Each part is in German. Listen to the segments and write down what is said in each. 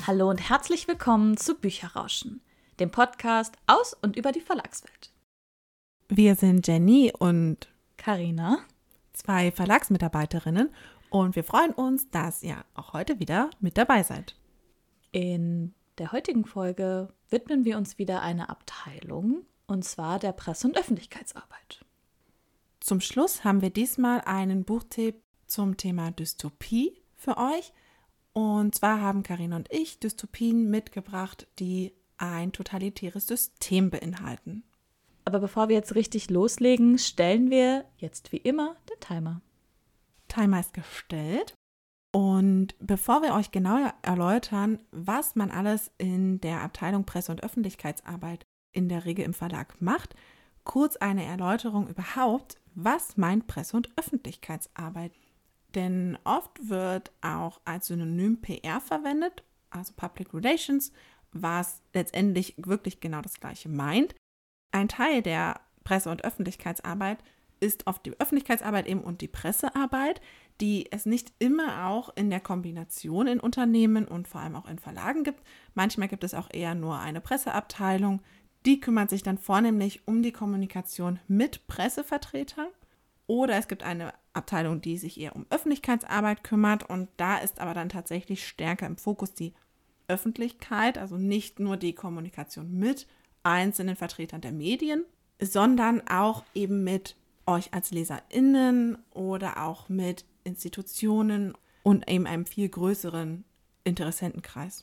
Hallo und herzlich willkommen zu Bücherrauschen, dem Podcast aus und über die Verlagswelt. Wir sind Jenny und Carina, 2 Verlagsmitarbeiterinnen, und wir freuen uns, dass ihr auch heute wieder mit dabei seid. In der heutigen Folge widmen wir uns wieder einer Abteilung, und zwar der Presse- und Öffentlichkeitsarbeit. Zum Schluss haben wir diesmal einen Buchtipp zum Thema Dystopie für euch. Und zwar haben Carina und ich Dystopien mitgebracht, die ein totalitäres System beinhalten. Aber bevor wir jetzt richtig loslegen, stellen wir jetzt wie immer den Timer. Timer ist gestellt. Und bevor wir euch genauer erläutern, was man alles in der Abteilung Presse- und Öffentlichkeitsarbeit in der Regel im Verlag macht, kurz eine Erläuterung überhaupt, was meint Presse- und Öffentlichkeitsarbeit? Denn oft wird auch als Synonym PR verwendet, also Public Relations, was letztendlich wirklich genau das Gleiche meint. Ein Teil der Presse- und Öffentlichkeitsarbeit ist oft die Öffentlichkeitsarbeit eben und die Pressearbeit, die es nicht immer auch in der Kombination in Unternehmen und vor allem auch in Verlagen gibt. Manchmal gibt es auch eher nur eine Presseabteilung, die kümmert sich dann vornehmlich um die Kommunikation mit Pressevertretern. Oder es gibt eine Abteilung, die sich eher um Öffentlichkeitsarbeit kümmert, und da ist aber dann tatsächlich stärker im Fokus die Öffentlichkeit, also nicht nur die Kommunikation mit einzelnen Vertretern der Medien, sondern auch eben mit euch als LeserInnen oder auch mit Institutionen und eben einem viel größeren Interessentenkreis.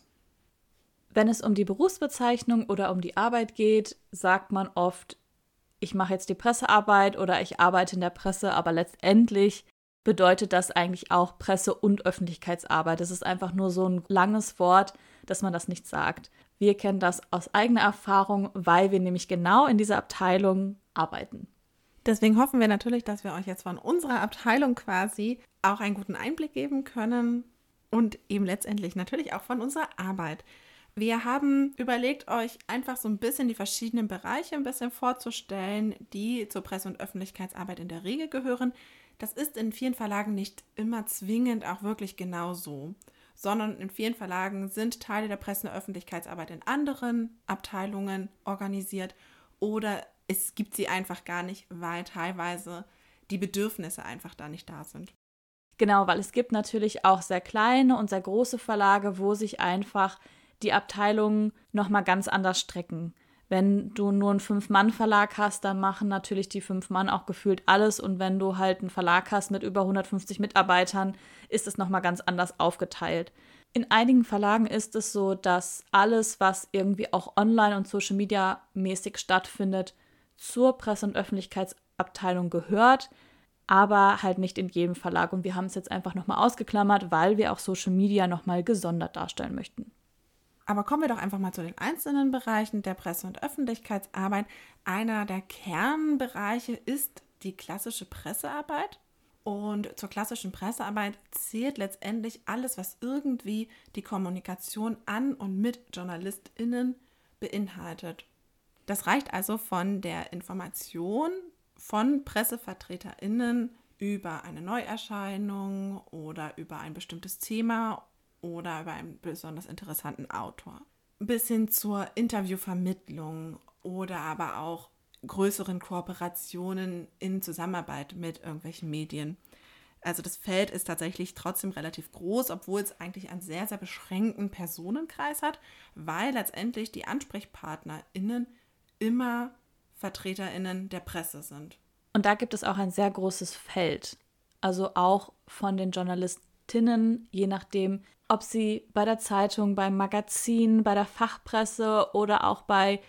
Wenn es um die Berufsbezeichnung oder um die Arbeit geht, sagt man oft, ich mache jetzt die Pressearbeit oder ich arbeite in der Presse, aber letztendlich bedeutet das eigentlich auch Presse- und Öffentlichkeitsarbeit. Es ist einfach nur so ein langes Wort, dass man das nicht sagt. Wir kennen das aus eigener Erfahrung, weil wir nämlich genau in dieser Abteilung arbeiten. Deswegen hoffen wir natürlich, dass wir euch jetzt von unserer Abteilung quasi auch einen guten Einblick geben können und eben letztendlich natürlich auch von unserer Arbeit. Wir haben überlegt, euch einfach so ein bisschen die verschiedenen Bereiche ein bisschen vorzustellen, die zur Presse- und Öffentlichkeitsarbeit in der Regel gehören. Das ist in vielen Verlagen nicht immer zwingend auch wirklich genau so, sondern in vielen Verlagen sind Teile der Presse- und Öffentlichkeitsarbeit in anderen Abteilungen organisiert oder es gibt sie einfach gar nicht, weil teilweise die Bedürfnisse einfach da nicht da sind. Genau, weil es gibt natürlich auch sehr kleine und sehr große Verlage, wo sich einfach die Abteilungen nochmal ganz anders strecken. Wenn du nur einen 5-Mann-Verlag hast, dann machen natürlich die 5 Mann auch gefühlt alles. Und wenn du halt einen Verlag hast mit über 150 Mitarbeitern, ist es nochmal ganz anders aufgeteilt. In einigen Verlagen ist es so, dass alles, was irgendwie auch online und Social Media mäßig stattfindet, zur Presse- und Öffentlichkeitsabteilung gehört, aber halt nicht in jedem Verlag. Und wir haben es jetzt einfach nochmal ausgeklammert, weil wir auch Social Media nochmal gesondert darstellen möchten. Aber kommen wir doch einfach mal zu den einzelnen Bereichen der Presse- und Öffentlichkeitsarbeit. Einer der Kernbereiche ist die klassische Pressearbeit. Und zur klassischen Pressearbeit zählt letztendlich alles, was irgendwie die Kommunikation an und mit JournalistInnen beinhaltet. Das reicht also von der Information von PressevertreterInnen über eine Neuerscheinung oder über ein bestimmtes Thema oder über einen besonders interessanten Autor, bis hin zur Interviewvermittlung oder aber auch größeren Kooperationen in Zusammenarbeit mit irgendwelchen Medien. Also das Feld ist tatsächlich trotzdem relativ groß, obwohl es eigentlich einen sehr, sehr beschränkten Personenkreis hat, weil letztendlich die AnsprechpartnerInnen immer VertreterInnen der Presse sind. Und da gibt es auch ein sehr großes Feld. Also auch von den JournalistInnen, je nachdem, ob sie bei der Zeitung, beim Magazin, bei der Fachpresse oder auch bei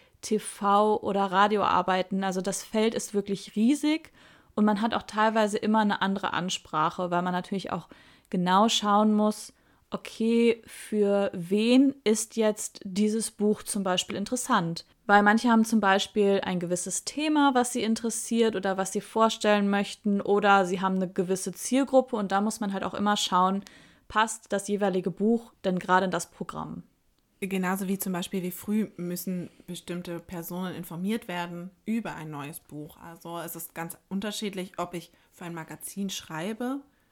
TV oder Radio arbeiten. Also das Feld ist wirklich riesig und man hat auch teilweise immer eine andere Ansprache, weil man natürlich auch genau schauen muss, okay, für wen ist jetzt dieses Buch zum Beispiel interessant? Weil manche haben zum Beispiel ein gewisses Thema, was sie interessiert oder was sie vorstellen möchten, oder sie haben eine gewisse Zielgruppe und da muss man halt auch immer schauen, passt das jeweilige Buch denn gerade in das Programm? Genauso wie zum Beispiel, wie früh müssen bestimmte Personen informiert werden über ein neues Buch. Also es ist ganz unterschiedlich, ob ich für ein Magazin schreibe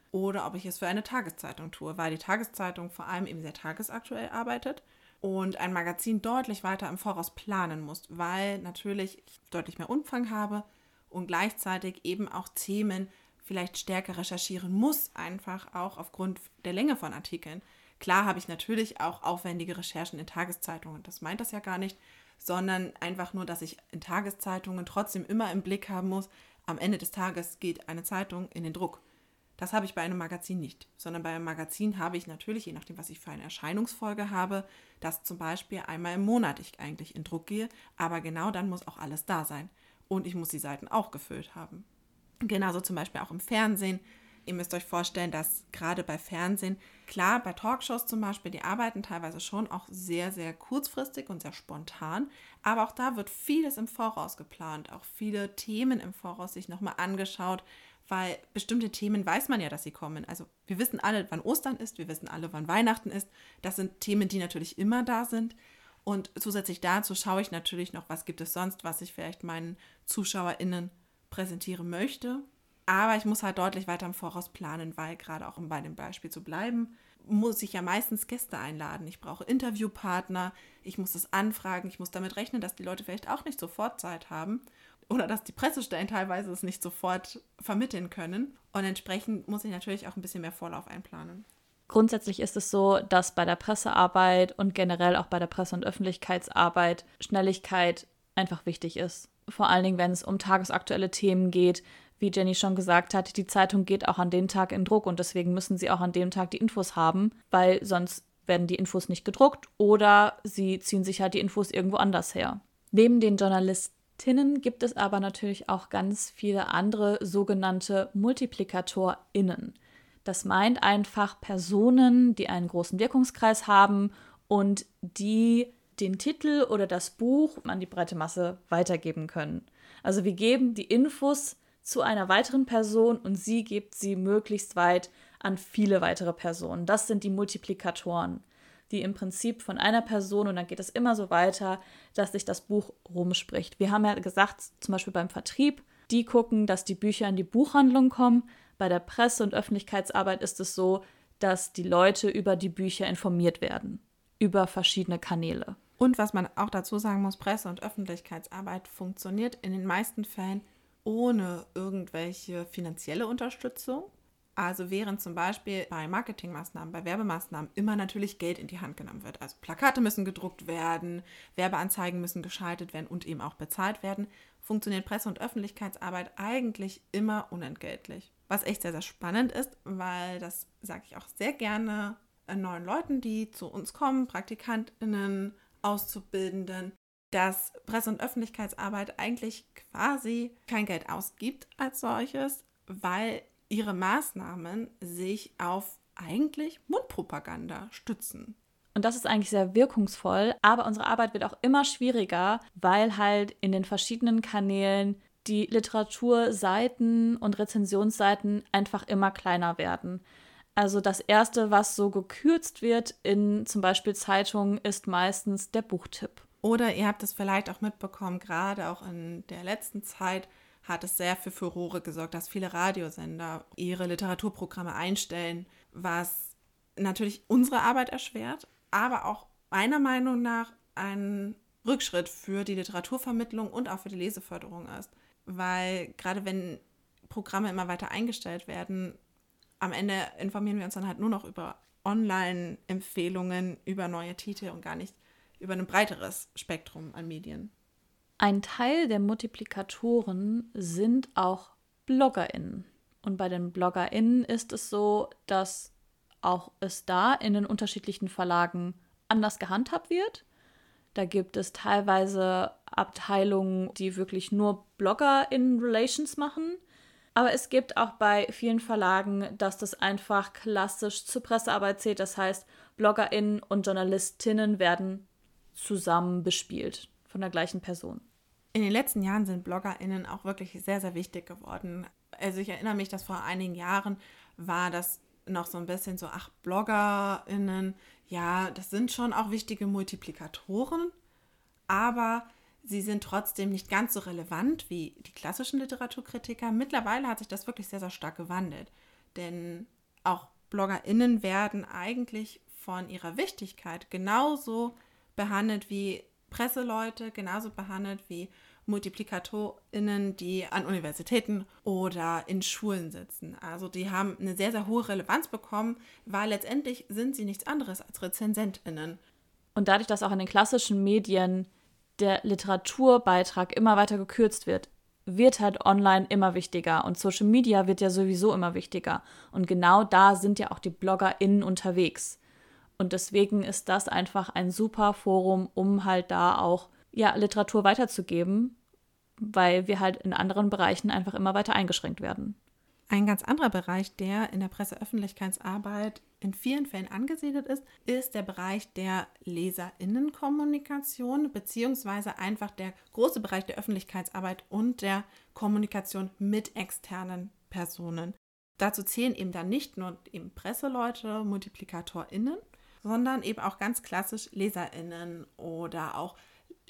oder ob ich es für eine Tageszeitung tue, weil die Tageszeitung vor allem eben sehr tagesaktuell arbeitet und ein Magazin deutlich weiter im Voraus planen muss, weil natürlich ich deutlich mehr Umfang habe und gleichzeitig eben auch Themen vielleicht stärker recherchieren muss, einfach auch aufgrund der Länge von Artikeln. Klar habe ich natürlich auch aufwendige Recherchen in Tageszeitungen, das meint das ja gar nicht, sondern einfach nur, dass ich in Tageszeitungen trotzdem immer im Blick haben muss, am Ende des Tages geht eine Zeitung in den Druck. Das habe ich bei einem Magazin nicht, sondern bei einem Magazin habe ich natürlich, je nachdem, was ich für eine Erscheinungsfolge habe, dass zum Beispiel einmal im Monat ich eigentlich in Druck gehe, aber genau dann muss auch alles da sein und ich muss die Seiten auch gefüllt haben. Genauso zum Beispiel auch im Fernsehen. Ihr müsst euch vorstellen, dass gerade bei Fernsehen, klar, bei Talkshows zum Beispiel, die arbeiten teilweise schon auch sehr, sehr kurzfristig und sehr spontan, aber auch da wird vieles im Voraus geplant, auch viele Themen im Voraus sich nochmal angeschaut, weil bestimmte Themen weiß man ja, dass sie kommen. Also wir wissen alle, wann Ostern ist, wir wissen alle, wann Weihnachten ist. Das sind Themen, die natürlich immer da sind. Und zusätzlich dazu schaue ich natürlich noch, was gibt es sonst, was ich vielleicht meinen ZuschauerInnen präsentieren möchte. Aber ich muss halt deutlich weiter im Voraus planen, weil gerade auch um bei dem Beispiel zu bleiben, muss ich ja meistens Gäste einladen. Ich brauche Interviewpartner, ich muss das anfragen, ich muss damit rechnen, dass die Leute vielleicht auch nicht sofort Zeit haben oder dass die Pressestellen teilweise es nicht sofort vermitteln können. Und entsprechend muss ich natürlich auch ein bisschen mehr Vorlauf einplanen. Grundsätzlich ist es so, dass bei der Pressearbeit und generell auch bei der Presse- und Öffentlichkeitsarbeit Schnelligkeit einfach wichtig ist. Vor allen Dingen, wenn es um tagesaktuelle Themen geht. Wie Jenny schon gesagt hat, die Zeitung geht auch an den Tag in Druck und deswegen müssen sie auch an dem Tag die Infos haben, weil sonst werden die Infos nicht gedruckt oder sie ziehen sich halt die Infos irgendwo anders her. Neben den JournalistInnen gibt es aber natürlich auch ganz viele andere sogenannte MultiplikatorInnen. Das meint einfach Personen, die einen großen Wirkungskreis haben und die den Titel oder das Buch an die breite Masse weitergeben können. Also wir geben die Infos zu einer weiteren Person und sie gibt sie möglichst weit an viele weitere Personen. Das sind die Multiplikatoren, die im Prinzip von einer Person, und dann geht es immer so weiter, dass sich das Buch rumspricht. Wir haben ja gesagt, zum Beispiel beim Vertrieb, die gucken, dass die Bücher in die Buchhandlung kommen. Bei der Presse- und Öffentlichkeitsarbeit ist es so, dass die Leute über die Bücher informiert werden, über verschiedene Kanäle. Und was man auch dazu sagen muss, Presse- und Öffentlichkeitsarbeit funktioniert in den meisten Fällen ohne irgendwelche finanzielle Unterstützung. Also während zum Beispiel bei Marketingmaßnahmen, bei Werbemaßnahmen immer natürlich Geld in die Hand genommen wird. Also Plakate müssen gedruckt werden, Werbeanzeigen müssen geschaltet werden und eben auch bezahlt werden, funktioniert Presse- und Öffentlichkeitsarbeit eigentlich immer unentgeltlich. Was echt sehr, sehr spannend ist, weil das sage ich auch sehr gerne neuen Leuten, die zu uns kommen, PraktikantInnen, Auszubildenden, dass Presse- und Öffentlichkeitsarbeit eigentlich quasi kein Geld ausgibt als solches, weil ihre Maßnahmen sich auf eigentlich Mundpropaganda stützen. Und das ist eigentlich sehr wirkungsvoll, aber unsere Arbeit wird auch immer schwieriger, weil halt in den verschiedenen Kanälen die Literaturseiten und Rezensionsseiten einfach immer kleiner werden. Also das Erste, was so gekürzt wird in zum Beispiel Zeitungen, ist meistens der Buchtipp. Oder ihr habt es vielleicht auch mitbekommen, gerade auch in der letzten Zeit hat es sehr für Furore gesorgt, dass viele Radiosender ihre Literaturprogramme einstellen, was natürlich unsere Arbeit erschwert, aber auch meiner Meinung nach ein Rückschritt für die Literaturvermittlung und auch für die Leseförderung ist. Weil gerade wenn Programme immer weiter eingestellt werden, am Ende informieren wir uns dann halt nur noch über Online-Empfehlungen, über neue Titel und gar nicht über ein breiteres Spektrum an Medien. Ein Teil der Multiplikatoren sind auch BloggerInnen. Und bei den BloggerInnen ist es so, dass auch es da in den unterschiedlichen Verlagen anders gehandhabt wird. Da gibt es teilweise Abteilungen, die wirklich nur BloggerInnen-Relations machen. Aber es gibt auch bei vielen Verlagen, dass das einfach klassisch zur Pressearbeit zählt. Das heißt, BloggerInnen und JournalistInnen werden zusammen bespielt von der gleichen Person. In den letzten Jahren sind BloggerInnen auch wirklich sehr, sehr wichtig geworden. Also ich erinnere mich, dass vor einigen Jahren war das noch so ein bisschen so, ach, BloggerInnen, ja, das sind schon auch wichtige Multiplikatoren, aber sie sind trotzdem nicht ganz so relevant wie die klassischen Literaturkritiker. Mittlerweile hat sich das wirklich sehr, sehr stark gewandelt. Denn auch BloggerInnen werden eigentlich von ihrer Wichtigkeit genauso behandelt wie Presseleute, genauso behandelt wie MultiplikatorInnen, die an Universitäten oder in Schulen sitzen. Also die haben eine sehr, sehr hohe Relevanz bekommen, weil letztendlich sind sie nichts anderes als RezensentInnen. Und dadurch, dass auch in den klassischen Medien der Literaturbeitrag immer weiter gekürzt wird halt online immer wichtiger und Social Media wird ja sowieso immer wichtiger. Und genau da sind ja auch die BloggerInnen unterwegs. Und deswegen ist das einfach ein super Forum, um halt da auch Literatur weiterzugeben, weil wir halt in anderen Bereichen einfach immer weiter eingeschränkt werden. Ein ganz anderer Bereich, der in der Presseöffentlichkeitsarbeit in vielen Fällen angesiedelt ist der Bereich der LeserInnenkommunikation, beziehungsweise einfach der große Bereich der Öffentlichkeitsarbeit und der Kommunikation mit externen Personen. Dazu zählen eben dann nicht nur eben Presseleute, MultiplikatorInnen, sondern eben auch ganz klassisch LeserInnen oder auch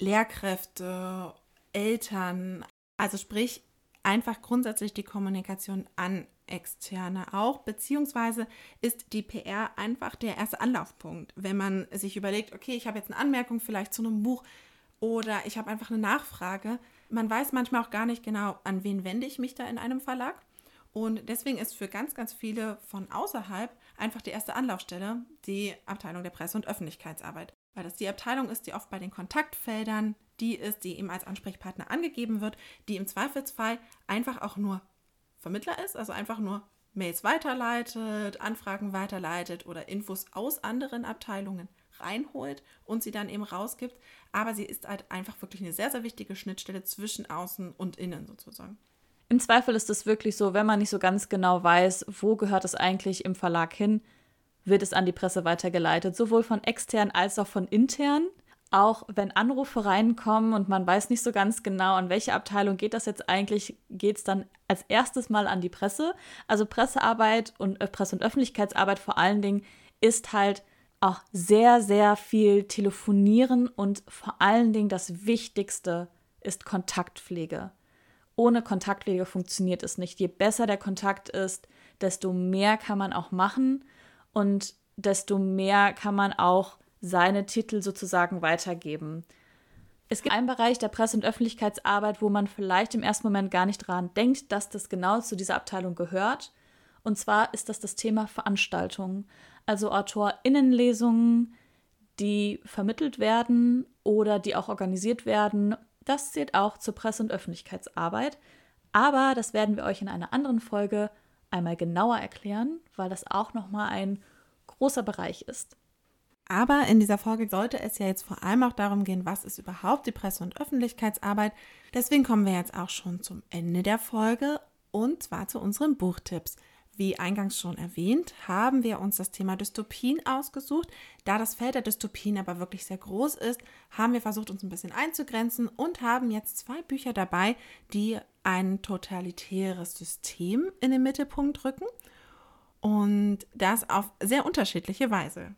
Lehrkräfte, Eltern, also sprich einfach grundsätzlich die Kommunikation an Externe auch, beziehungsweise ist die PR einfach der erste Anlaufpunkt, wenn man sich überlegt, okay, ich habe jetzt eine Anmerkung vielleicht zu einem Buch oder ich habe einfach eine Nachfrage. Man weiß manchmal auch gar nicht genau, an wen wende ich mich da in einem Verlag. Und deswegen ist für ganz, ganz viele von außerhalb einfach die erste Anlaufstelle die Abteilung der Presse- und Öffentlichkeitsarbeit. Weil das die Abteilung ist, die oft bei den Kontaktfeldern die ist, die eben als Ansprechpartner angegeben wird, die im Zweifelsfall einfach auch nur Vermittler ist, also einfach nur Mails weiterleitet, Anfragen weiterleitet oder Infos aus anderen Abteilungen reinholt und sie dann eben rausgibt. Aber sie ist halt einfach wirklich eine sehr, sehr wichtige Schnittstelle zwischen Außen und Innen sozusagen. Im Zweifel ist es wirklich so, wenn man nicht so ganz genau weiß, wo gehört es eigentlich im Verlag hin, wird es an die Presse weitergeleitet, sowohl von extern als auch von intern. Auch wenn Anrufe reinkommen und man weiß nicht so ganz genau, an welche Abteilung geht das jetzt eigentlich, geht es dann als erstes mal an die Presse. Also Pressearbeit und Presse- und Öffentlichkeitsarbeit vor allen Dingen ist halt auch sehr, sehr viel Telefonieren und vor allen Dingen das Wichtigste ist Kontaktpflege. Ohne Kontaktpflege funktioniert es nicht. Je besser der Kontakt ist, desto mehr kann man auch machen und desto mehr kann man auch seine Titel sozusagen weitergeben. Es gibt einen Bereich der Presse- und Öffentlichkeitsarbeit, wo man vielleicht im ersten Moment gar nicht dran denkt, dass das genau zu dieser Abteilung gehört. Und zwar ist das Thema Veranstaltungen, also AutorInnenlesungen, die vermittelt werden oder die auch organisiert werden. Das zählt auch zur Presse- und Öffentlichkeitsarbeit. Aber das werden wir euch in einer anderen Folge einmal genauer erklären, weil das auch nochmal ein großer Bereich ist. Aber in dieser Folge sollte es ja jetzt vor allem auch darum gehen, was ist überhaupt die Presse- und Öffentlichkeitsarbeit. Deswegen kommen wir jetzt auch schon zum Ende der Folge und zwar zu unseren Buchtipps. Wie eingangs schon erwähnt, haben wir uns das Thema Dystopien ausgesucht. Da das Feld der Dystopien aber wirklich sehr groß ist, haben wir versucht, uns ein bisschen einzugrenzen und haben jetzt 2 Bücher dabei, die ein totalitäres System in den Mittelpunkt rücken und das auf sehr unterschiedliche Weise.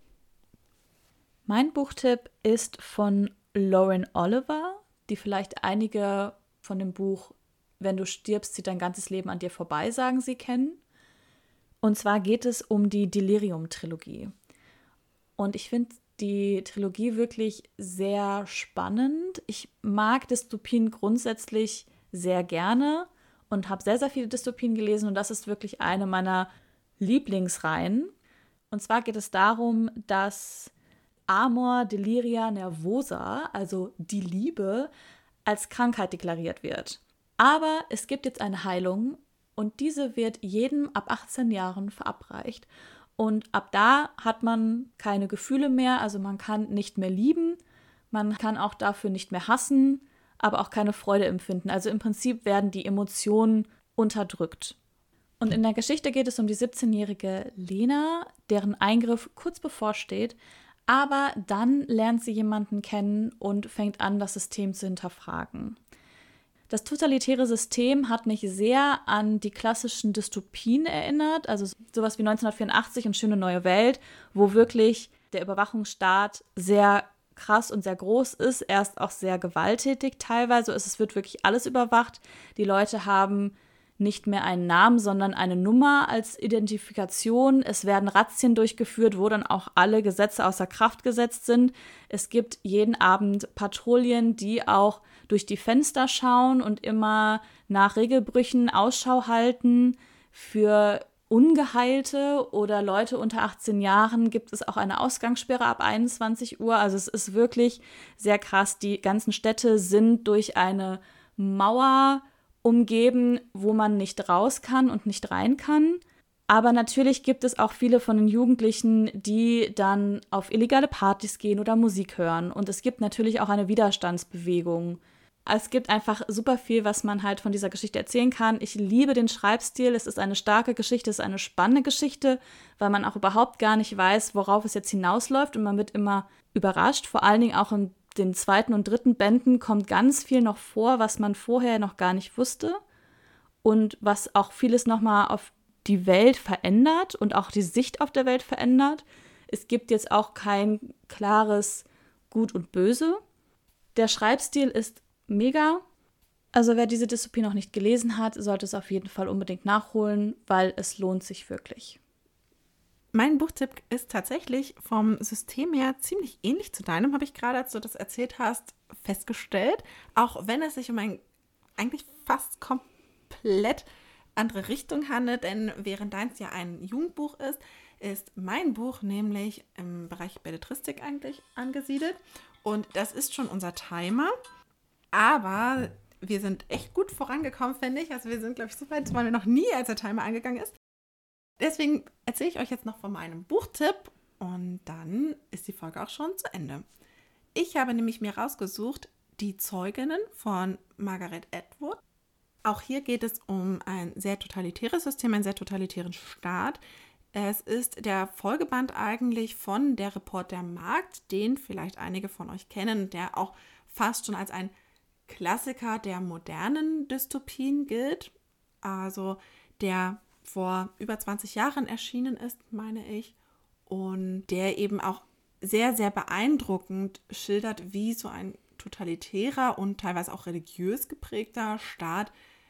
Mein Buchtipp ist von Lauren Oliver, die vielleicht einige von dem Buch Wenn du stirbst, zieht dein ganzes Leben an dir vorbei, sagen sie kennen. Und zwar geht es um die Delirium-Trilogie. Und ich finde die Trilogie wirklich sehr spannend. Ich mag Dystopien grundsätzlich sehr gerne und habe sehr, sehr viele Dystopien gelesen. Und das ist wirklich eine meiner Lieblingsreihen. Und zwar geht es darum, dass Amor Deliria Nervosa, also die Liebe, als Krankheit deklariert wird. Aber es gibt jetzt eine Heilung und diese wird jedem ab 18 Jahren verabreicht. Und ab da hat man keine Gefühle mehr, also man kann nicht mehr lieben, man kann auch dafür nicht mehr hassen, aber auch keine Freude empfinden. Also im Prinzip werden die Emotionen unterdrückt. Und in der Geschichte geht es um die 17-jährige Lena, deren Eingriff kurz bevorsteht, aber dann lernt sie jemanden kennen und fängt an, das System zu hinterfragen. Das totalitäre System hat mich sehr an die klassischen Dystopien erinnert, also sowas wie 1984 und Schöne neue Welt, wo wirklich der Überwachungsstaat sehr krass und sehr groß ist. Er ist auch sehr gewalttätig teilweise. Es wird wirklich alles überwacht. Die Leute haben nicht mehr einen Namen, sondern eine Nummer als Identifikation. Es werden Razzien durchgeführt, wo dann auch alle Gesetze außer Kraft gesetzt sind. Es gibt jeden Abend Patrouillen, die auch durch die Fenster schauen und immer nach Regelbrüchen Ausschau halten. Für Ungeheilte oder Leute unter 18 Jahren gibt es auch eine Ausgangssperre ab 21 Uhr. Also es ist wirklich sehr krass. Die ganzen Städte sind durch eine Mauer umgeben, wo man nicht raus kann und nicht rein kann. Aber natürlich gibt es auch viele von den Jugendlichen, die dann auf illegale Partys gehen oder Musik hören. Und es gibt natürlich auch eine Widerstandsbewegung. Es gibt einfach super viel, was man halt von dieser Geschichte erzählen kann. Ich liebe den Schreibstil. Es ist eine starke Geschichte, es ist eine spannende Geschichte, weil man auch überhaupt gar nicht weiß, worauf es jetzt hinausläuft. Und man wird immer überrascht. Vor allen Dingen auch in den 2. und 3. Bänden kommt ganz viel noch vor, was man vorher noch gar nicht wusste. Und was auch vieles nochmal auf die Welt verändert und auch die Sicht auf der Welt verändert. Es gibt jetzt auch kein klares Gut und Böse. Der Schreibstil ist mega. Also wer diese Dystopie noch nicht gelesen hat, sollte es auf jeden Fall unbedingt nachholen, weil es lohnt sich wirklich. Mein Buchtipp ist tatsächlich vom System her ziemlich ähnlich zu deinem, habe ich gerade, als du das erzählt hast, festgestellt. Auch wenn es sich um ein eigentlich fast komplett andere Richtung handelt, denn während deins ja ein Jugendbuch ist mein Buch nämlich im Bereich Belletristik eigentlich angesiedelt. Und das ist schon unser Timer. Aber wir sind echt gut vorangekommen, finde ich. Also wir sind, glaube ich, so weit, waren wir noch nie, als der Timer angegangen ist. Deswegen erzähle ich euch jetzt noch von meinem Buchtipp und dann ist die Folge auch schon zu Ende. Ich habe nämlich mir rausgesucht Die Zeuginnen von Margaret Atwood. Auch hier geht es um ein sehr totalitäres System, einen sehr totalitären Staat. Es ist der Folgeband eigentlich von Der Reporter Markt, den vielleicht einige von euch kennen, der auch fast schon als ein Klassiker der modernen Dystopien gilt. Also der vor über 20 Jahren erschienen ist, meine ich. Und der eben auch sehr, sehr beeindruckend schildert, wie so ein totalitärer und teilweise auch religiös geprägter Staat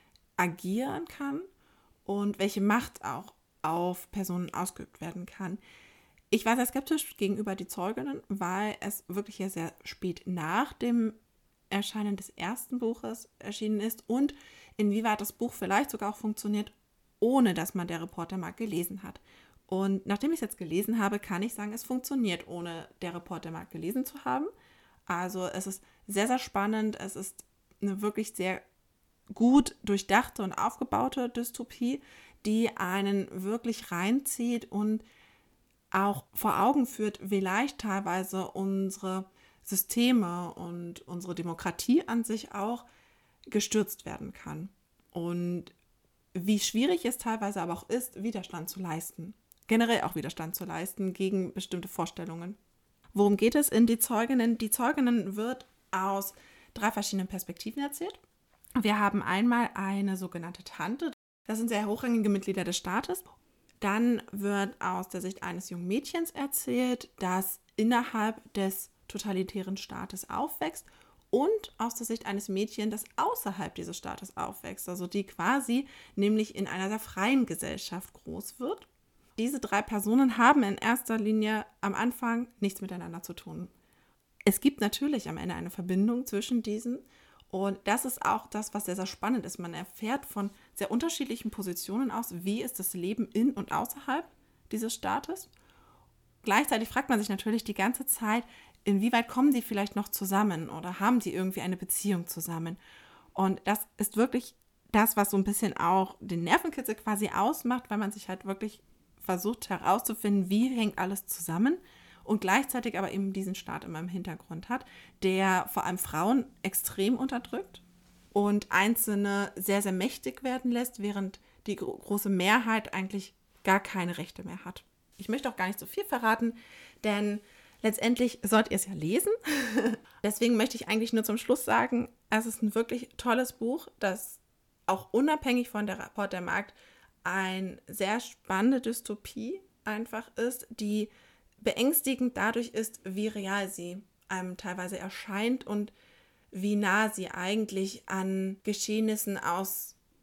agieren kann und welche Macht auch auf Personen ausgeübt werden kann. Ich war sehr skeptisch gegenüber Die Zeuginnen, weil es wirklich ja sehr spät nach dem Erscheinen des ersten Buches erschienen ist und inwieweit das Buch vielleicht sogar auch funktioniert, ohne dass man Der Reporter Markt gelesen hat. Und nachdem ich es jetzt gelesen habe, kann ich sagen, es funktioniert, ohne Der Reporter Markt gelesen zu haben. Also es ist sehr, sehr spannend. Es ist eine wirklich sehr gut durchdachte und aufgebaute Dystopie, die einen wirklich reinzieht und auch vor Augen führt, wie leicht teilweise unsere Systeme und unsere Demokratie an sich auch gestürzt werden kann. Und wie schwierig es teilweise aber auch ist, Widerstand zu leisten. Generell auch Widerstand zu leisten gegen bestimmte Vorstellungen. Worum geht es in Die Zeuginnen? Die Zeuginnen wird aus 3 verschiedenen Perspektiven erzählt. Wir haben einmal eine sogenannte Tante. Das sind sehr hochrangige Mitglieder des Staates. Dann wird aus der Sicht eines jungen Mädchens erzählt, das innerhalb des totalitären Staates aufwächst und aus der Sicht eines Mädchens, das außerhalb dieses Staates aufwächst, also die quasi nämlich in einer sehr freien Gesellschaft groß wird. Diese 3 Personen haben in erster Linie am Anfang nichts miteinander zu tun. Es gibt natürlich am Ende eine Verbindung zwischen diesen und das ist auch das, was sehr, sehr spannend ist. Man erfährt von sehr unterschiedlichen Positionen aus, wie ist das Leben in und außerhalb dieses Staates. Gleichzeitig fragt man sich natürlich die ganze Zeit, inwieweit kommen die vielleicht noch zusammen oder haben die irgendwie eine Beziehung zusammen? Und das ist wirklich das, was so ein bisschen auch den Nervenkitzel quasi ausmacht, weil man sich halt wirklich versucht herauszufinden, wie hängt alles zusammen und gleichzeitig aber eben diesen Staat immer im Hintergrund hat, der vor allem Frauen extrem unterdrückt und Einzelne sehr, sehr mächtig werden lässt, während die große Mehrheit eigentlich gar keine Rechte mehr hat. Ich möchte auch gar nicht so viel verraten, denn letztendlich sollt ihr es ja lesen. Deswegen möchte ich eigentlich nur zum Schluss sagen, es ist ein wirklich tolles Buch, das auch unabhängig von Der Reporter Markt eine sehr spannende Dystopie einfach ist, die beängstigend dadurch ist, wie real sie einem teilweise erscheint und wie nah sie eigentlich an Geschehnissen aus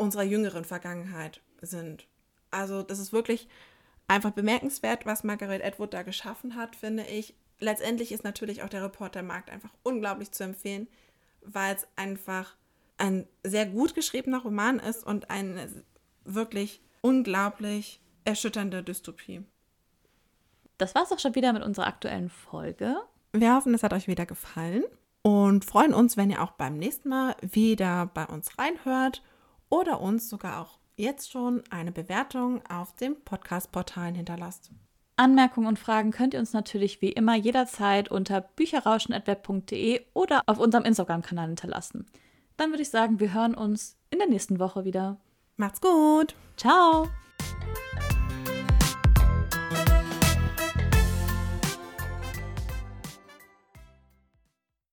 unserer jüngeren Vergangenheit sind. Also das ist wirklich einfach bemerkenswert, was Margaret Atwood da geschaffen hat, finde ich. Letztendlich ist natürlich auch der Reportermarkt einfach unglaublich zu empfehlen, weil es einfach ein sehr gut geschriebener Roman ist und eine wirklich unglaublich erschütternde Dystopie. Das war's auch schon wieder mit unserer aktuellen Folge. Wir hoffen, es hat euch wieder gefallen und freuen uns, wenn ihr auch beim nächsten Mal wieder bei uns reinhört oder uns sogar auch jetzt schon eine Bewertung auf den Podcast-Portalen hinterlasst. Anmerkungen und Fragen könnt ihr uns natürlich wie immer jederzeit unter bücherrauschen@web.de oder auf unserem Instagram-Kanal hinterlassen. Dann würde ich sagen, wir hören uns in der nächsten Woche wieder. Macht's gut! Ciao!